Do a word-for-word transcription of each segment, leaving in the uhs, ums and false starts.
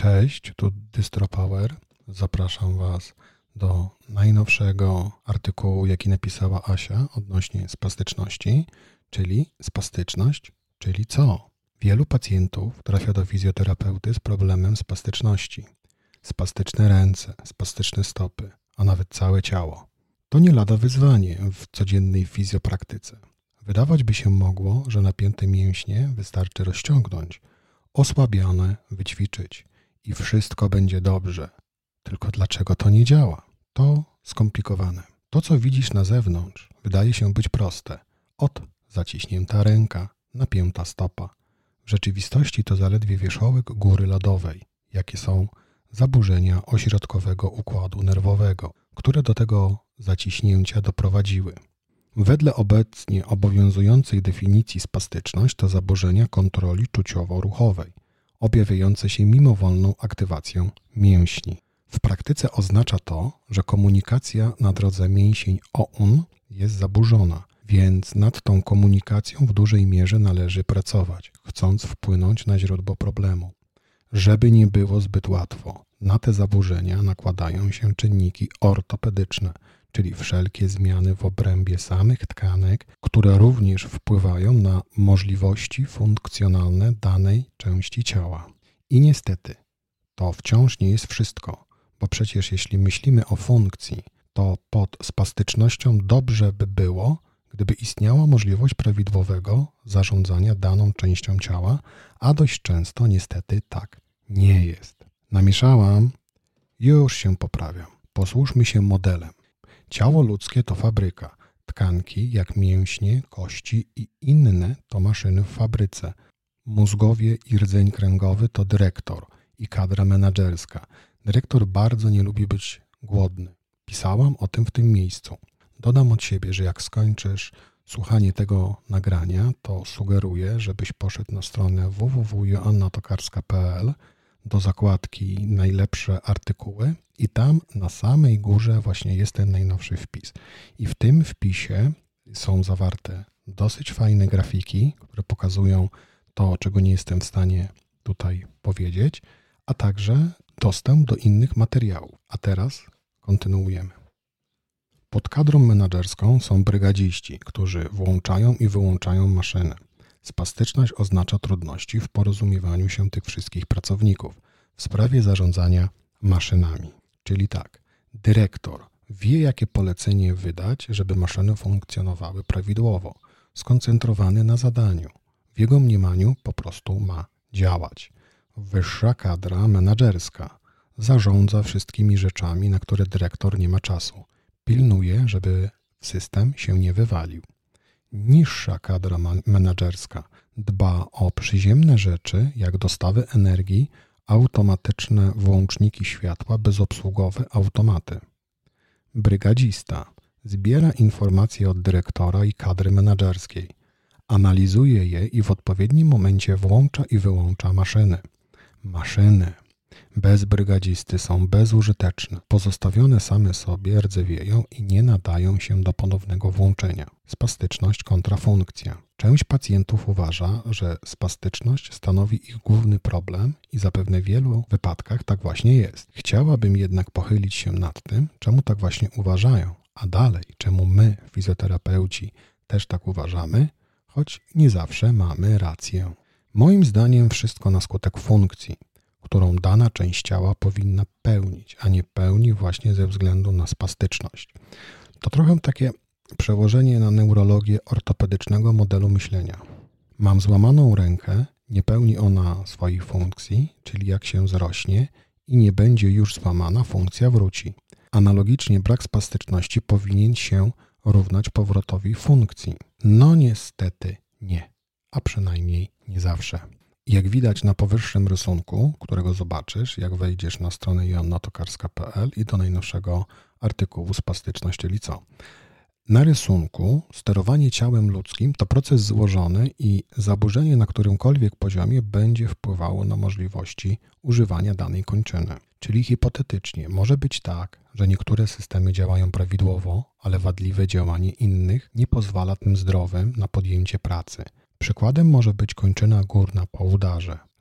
Cześć, tu DystroPower. Zapraszam Was do najnowszego artykułu, jaki napisała Asia odnośnie spastyczności, czyli spastyczność, czyli co? Wielu pacjentów trafia do fizjoterapeuty z problemem spastyczności. Spastyczne ręce, spastyczne stopy, a nawet całe ciało. To nie lada wyzwanie w codziennej fizjopraktyce. Wydawać by się mogło, że napięte mięśnie wystarczy rozciągnąć, osłabione wyćwiczyć i wszystko będzie dobrze. Tylko dlaczego to nie działa? To skomplikowane. To, co widzisz na zewnątrz, wydaje się być proste. Od zaciśnięta ręka, napięta stopa. W rzeczywistości to zaledwie wierzchołek góry lodowej, jakie są zaburzenia ośrodkowego układu nerwowego, które do tego zaciśnięcia doprowadziły. Wedle obecnie obowiązującej definicji spastyczność to zaburzenia kontroli czuciowo-ruchowej, objawiające się mimowolną aktywacją mięśni. W praktyce oznacza to, że komunikacja na drodze mięsień-oun jest zaburzona, więc nad tą komunikacją w dużej mierze należy pracować, chcąc wpłynąć na źródło problemu. Żeby nie było zbyt łatwo, na te zaburzenia nakładają się czynniki ortopedyczne, czyli wszelkie zmiany w obrębie samych tkanek, które również wpływają na możliwości funkcjonalne danej części ciała. I niestety, to wciąż nie jest wszystko, bo przecież jeśli myślimy o funkcji, to pod spastycznością dobrze by było, gdyby istniała możliwość prawidłowego zarządzania daną częścią ciała, a dość często niestety tak nie jest. Namieszałam, już się poprawiam. Posłużmy się modelem. Ciało ludzkie to fabryka. Tkanki, jak mięśnie, kości i inne to maszyny w fabryce. Mózgowie i rdzeń kręgowy to dyrektor i kadra menadżerska. Dyrektor bardzo nie lubi być głodny. Pisałam o tym w tym miejscu. Dodam od siebie, że jak skończysz słuchanie tego nagrania, to sugeruję, żebyś poszedł na stronę w w w kropka joanna tokarska kropka p l do zakładki najlepsze artykuły i tam na samej górze właśnie jest ten najnowszy wpis. I w tym wpisie są zawarte dosyć fajne grafiki, które pokazują to, czego nie jestem w stanie tutaj powiedzieć, a także dostęp do innych materiałów. A teraz kontynuujemy. Pod kadrą menadżerską są brygadziści, którzy włączają i wyłączają maszyny. Spastyczność oznacza trudności w porozumiewaniu się tych wszystkich pracowników w sprawie zarządzania maszynami. Czyli tak, dyrektor wie, jakie polecenie wydać, żeby maszyny funkcjonowały prawidłowo, skoncentrowany na zadaniu. W jego mniemaniu po prostu ma działać. Wyższa kadra menadżerska zarządza wszystkimi rzeczami, na które dyrektor nie ma czasu. Pilnuje, żeby system się nie wywalił. Niższa kadra menadżerska dba o przyziemne rzeczy, jak dostawy energii, automatyczne włączniki światła, bezobsługowe automaty. Brygadzista zbiera informacje od dyrektora i kadry menadżerskiej, analizuje je i w odpowiednim momencie włącza i wyłącza maszyny. Maszyny bez brygadzisty są bezużyteczne. Pozostawione same sobie rdzewieją i nie nadają się do ponownego włączenia. Spastyczność kontra funkcja. Część pacjentów uważa, że spastyczność stanowi ich główny problem i zapewne w wielu wypadkach tak właśnie jest. Chciałabym jednak pochylić się nad tym, czemu tak właśnie uważają, a dalej, czemu my, fizjoterapeuci, też tak uważamy, choć nie zawsze mamy rację. Moim zdaniem wszystko na skutek funkcji, którą dana część ciała powinna pełnić, a nie pełni właśnie ze względu na spastyczność. To trochę takie przełożenie na neurologię ortopedycznego modelu myślenia. Mam złamaną rękę, nie pełni ona swojej funkcji, czyli jak się zrośnie i nie będzie już złamana, funkcja wróci. Analogicznie brak spastyczności powinien się równać powrotowi funkcji. No niestety nie, a przynajmniej nie zawsze. Jak widać na powyższym rysunku, którego zobaczysz, jak wejdziesz na stronę joanna tokarska kropka p l i do najnowszego artykułu Spastyczność, czyli co? Na rysunku sterowanie ciałem ludzkim to proces złożony i zaburzenie na którymkolwiek poziomie będzie wpływało na możliwości używania danej kończyny. Czyli hipotetycznie może być tak, że niektóre systemy działają prawidłowo, ale wadliwe działanie innych nie pozwala tym zdrowym na podjęcie pracy. Przykładem może być kończyna górna po udarze.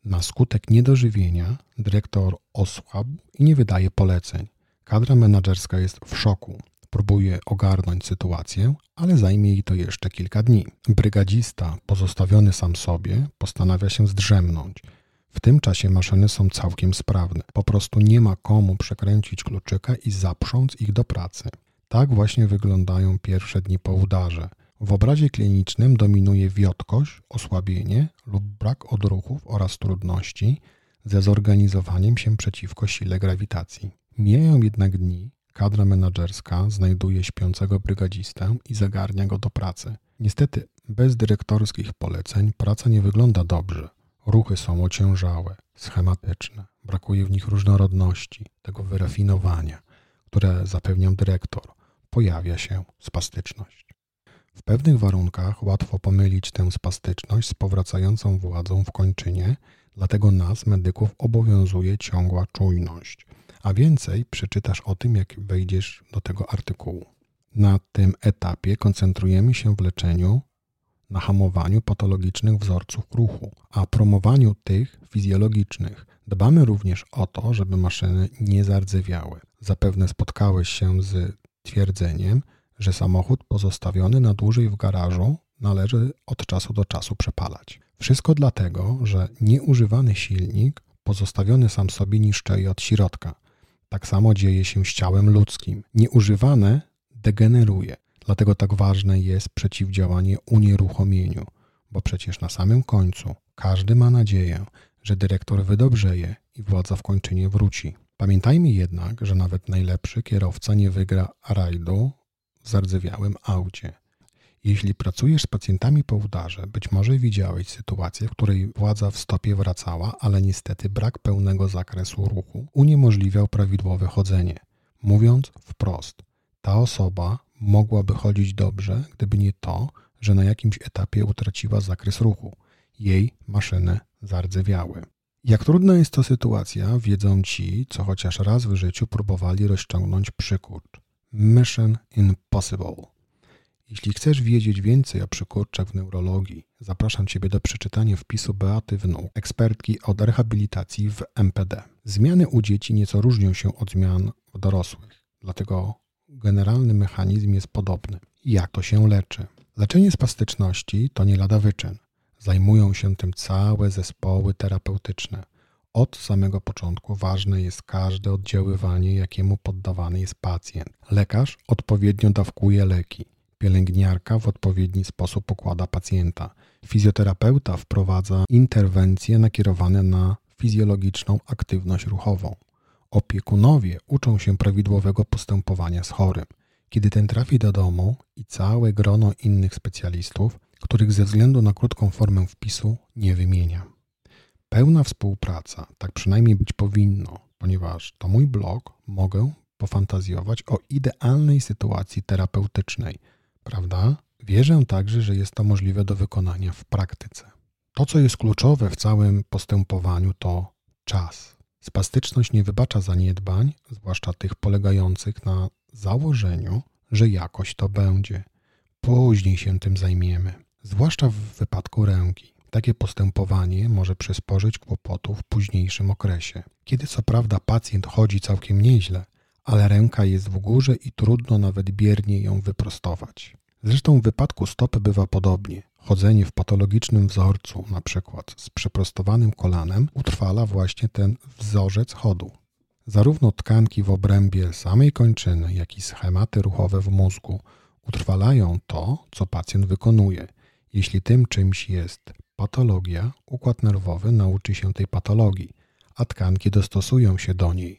Na skutek niedożywienia dyrektor osłabł i nie wydaje poleceń. Kadra menedżerska jest w szoku. Próbuje ogarnąć sytuację, ale zajmie jej to jeszcze kilka dni. Brygadzista, pozostawiony sam sobie, postanawia się zdrzemnąć. W tym czasie maszyny są całkiem sprawne. Po prostu nie ma komu przekręcić kluczyka i zaprząc ich do pracy. Tak właśnie wyglądają pierwsze dni po udarze. W obrazie klinicznym dominuje wiotkość, osłabienie lub brak odruchów oraz trudności ze zorganizowaniem się przeciwko sile grawitacji. Mijają jednak dni, kadra menedżerska znajduje śpiącego brygadzistę i zagarnia go do pracy. Niestety, bez dyrektorskich poleceń praca nie wygląda dobrze. Ruchy są ociężałe, schematyczne, brakuje w nich różnorodności, tego wyrafinowania, które zapewniał dyrektor. Pojawia się spastyczność. W pewnych warunkach łatwo pomylić tę spastyczność z powracającą władzą w kończynie, dlatego nas, medyków, obowiązuje ciągła czujność. A więcej przeczytasz o tym, jak wejdziesz do tego artykułu. Na tym etapie koncentrujemy się w leczeniu na hamowaniu patologicznych wzorców ruchu, a promowaniu tych fizjologicznych. Dbamy również o to, żeby maszyny nie zardzewiały. Zapewne spotkałeś się z twierdzeniem, że samochód pozostawiony na dłużej w garażu należy od czasu do czasu przepalać. Wszystko dlatego, że nieużywany silnik pozostawiony sam sobie niszczeje od środka. Tak samo dzieje się z ciałem ludzkim. Nieużywane degeneruje. Dlatego tak ważne jest przeciwdziałanie unieruchomieniu, bo przecież na samym końcu każdy ma nadzieję, że dyrektor wydobrzeje i władza w kończynie wróci. Pamiętajmy jednak, że nawet najlepszy kierowca nie wygra rajdu w zardzewiałym aucie. Jeśli pracujesz z pacjentami po udarze, być może widziałeś sytuację, w której władza w stopie wracała, ale niestety brak pełnego zakresu ruchu uniemożliwiał prawidłowe chodzenie. Mówiąc wprost, ta osoba mogłaby chodzić dobrze, gdyby nie to, że na jakimś etapie utraciła zakres ruchu. Jej maszyny zardzewiały. Jak trudna jest to sytuacja, wiedzą ci, co chociaż raz w życiu próbowali rozciągnąć przykurcz. Mission Impossible. Jeśli chcesz wiedzieć więcej o przykurczach w neurologii, zapraszam Ciebie do przeczytania wpisu Beaty Wnuk, ekspertki od rehabilitacji w M P D. Zmiany u dzieci nieco różnią się od zmian w dorosłych, dlatego generalny mechanizm jest podobny. Jak to się leczy? Leczenie spastyczności to nie lada wyczyn. Zajmują się tym całe zespoły terapeutyczne. Od samego początku ważne jest każde oddziaływanie, jakiemu poddawany jest pacjent. Lekarz odpowiednio dawkuje leki. Pielęgniarka w odpowiedni sposób układa pacjenta. Fizjoterapeuta wprowadza interwencje nakierowane na fizjologiczną aktywność ruchową. Opiekunowie uczą się prawidłowego postępowania z chorym. Kiedy ten trafi do domu i całe grono innych specjalistów, których ze względu na krótką formę wpisu nie wymienia. Pełna współpraca, tak przynajmniej być powinno, ponieważ to mój blog, mogę pofantazjować o idealnej sytuacji terapeutycznej, prawda? Wierzę także, że jest to możliwe do wykonania w praktyce. To, co jest kluczowe w całym postępowaniu, to czas. Spastyczność nie wybacza zaniedbań, zwłaszcza tych polegających na założeniu, że jakoś to będzie. Później się tym zajmiemy, zwłaszcza w wypadku ręki. Takie postępowanie może przysporzyć kłopotów w późniejszym okresie, kiedy co prawda pacjent chodzi całkiem nieźle, ale ręka jest w górze i trudno nawet biernie ją wyprostować. Zresztą w wypadku stopy bywa podobnie. Chodzenie w patologicznym wzorcu, na przykład z przeprostowanym kolanem, utrwala właśnie ten wzorzec chodu. Zarówno tkanki w obrębie samej kończyny, jak i schematy ruchowe w mózgu utrwalają to, co pacjent wykonuje. Jeśli tym czymś jest patologia, układ nerwowy nauczy się tej patologii, a tkanki dostosują się do niej.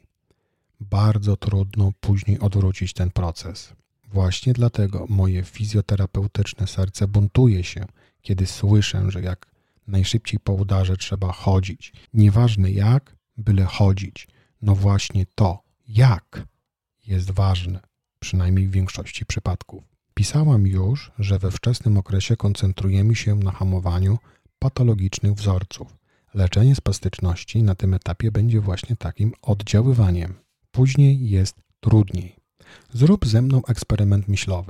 Bardzo trudno później odwrócić ten proces. Właśnie dlatego moje fizjoterapeutyczne serce buntuje się, kiedy słyszę, że jak najszybciej po udarze trzeba chodzić. Nieważne jak, byle chodzić. No właśnie to, jak, jest ważne, przynajmniej w większości przypadków. Pisałam już, że we wczesnym okresie koncentrujemy się na hamowaniu patologicznych wzorców. Leczenie spastyczności na tym etapie będzie właśnie takim oddziaływaniem. Później jest trudniej. Zrób ze mną eksperyment myślowy.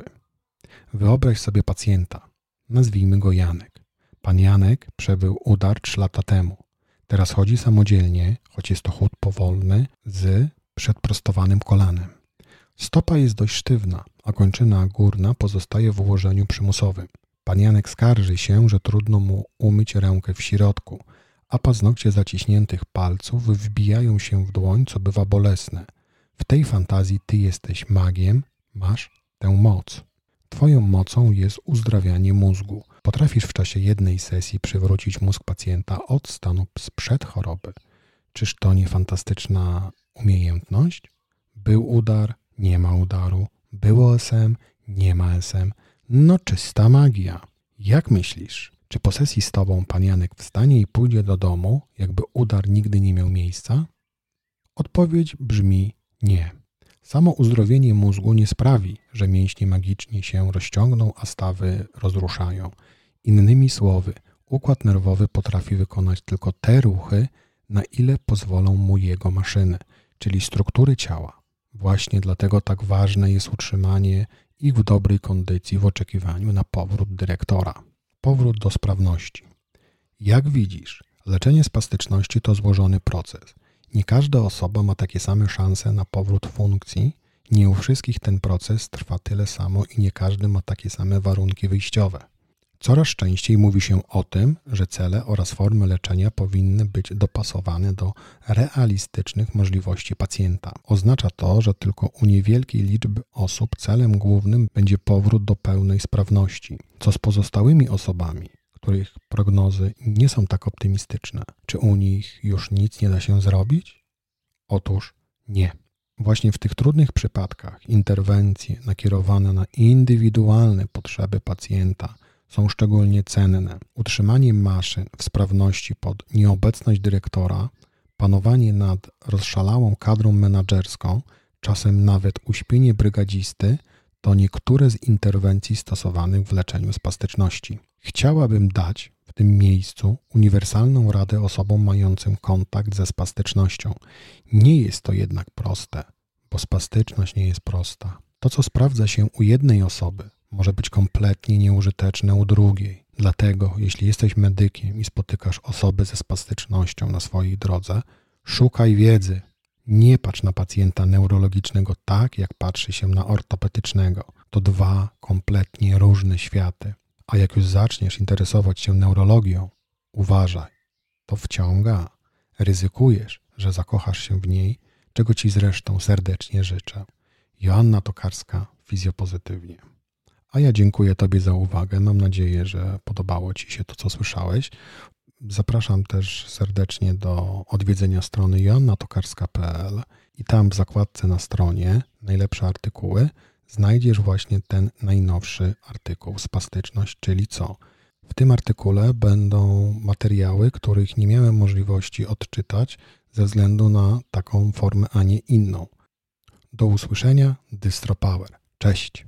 Wyobraź sobie pacjenta. Nazwijmy go Janek. Pan Janek przebył udar trzy lata temu. Teraz chodzi samodzielnie, choć jest to chód powolny, z przedprostowanym kolanem. Stopa jest dość sztywna, a kończyna górna pozostaje w ułożeniu przymusowym. Pan Janek skarży się, że trudno mu umyć rękę w środku, a paznokcie zaciśniętych palców wbijają się w dłoń, co bywa bolesne. W tej fantazji ty jesteś magiem, masz tę moc. Twoją mocą jest uzdrawianie mózgu. Potrafisz w czasie jednej sesji przywrócić mózg pacjenta od stanu sprzed choroby. Czyż to nie fantastyczna umiejętność? Był udar, nie ma udaru. Było S M, nie ma S M. No czysta magia. Jak myślisz, czy po sesji z tobą pan Janek wstanie i pójdzie do domu, jakby udar nigdy nie miał miejsca? Odpowiedź brzmi nie. Samo uzdrowienie mózgu nie sprawi, że mięśnie magicznie się rozciągną, a stawy rozruszają. Innymi słowy, układ nerwowy potrafi wykonać tylko te ruchy, na ile pozwolą mu jego maszyny, czyli struktury ciała. Właśnie dlatego tak ważne jest utrzymanie ich w dobrej kondycji w oczekiwaniu na powrót dyrektora. Powrót do sprawności. Jak widzisz, leczenie spastyczności to złożony proces. Nie każda osoba ma takie same szanse na powrót funkcji, nie u wszystkich ten proces trwa tyle samo i nie każdy ma takie same warunki wyjściowe. Coraz częściej mówi się o tym, że cele oraz formy leczenia powinny być dopasowane do realistycznych możliwości pacjenta. Oznacza to, że tylko u niewielkiej liczby osób celem głównym będzie powrót do pełnej sprawności. Co z pozostałymi osobami, których prognozy nie są tak optymistyczne? Czy u nich już nic nie da się zrobić? Otóż nie. Właśnie w tych trudnych przypadkach interwencje nakierowane na indywidualne potrzeby pacjenta są szczególnie cenne. Utrzymanie maszyn w sprawności pod nieobecność dyrektora, panowanie nad rozszalałą kadrą menadżerską, czasem nawet uśpienie brygadzisty to niektóre z interwencji stosowanych w leczeniu spastyczności. Chciałabym dać w tym miejscu uniwersalną radę osobom mającym kontakt ze spastycznością. Nie jest to jednak proste, bo spastyczność nie jest prosta. To, co sprawdza się u jednej osoby, może być kompletnie nieużyteczne u drugiej. Dlatego, jeśli jesteś medykiem i spotykasz osoby ze spastycznością na swojej drodze, szukaj wiedzy. Nie patrz na pacjenta neurologicznego tak, jak patrzy się na ortopedycznego. To dwa kompletnie różne światy. A jak już zaczniesz interesować się neurologią, uważaj. To wciąga. Ryzykujesz, że zakochasz się w niej, czego ci zresztą serdecznie życzę. Joanna Tokarska, Fizjopozytywnie. A ja dziękuję Tobie za uwagę. Mam nadzieję, że podobało Ci się to, co słyszałeś. Zapraszam też serdecznie do odwiedzenia strony joanna tokarska kropka p l i tam w zakładce na stronie najlepsze artykuły znajdziesz właśnie ten najnowszy artykuł Spastyczność, czyli co? W tym artykule będą materiały, których nie miałem możliwości odczytać ze względu na taką formę, a nie inną. Do usłyszenia. Dystro Power. Cześć.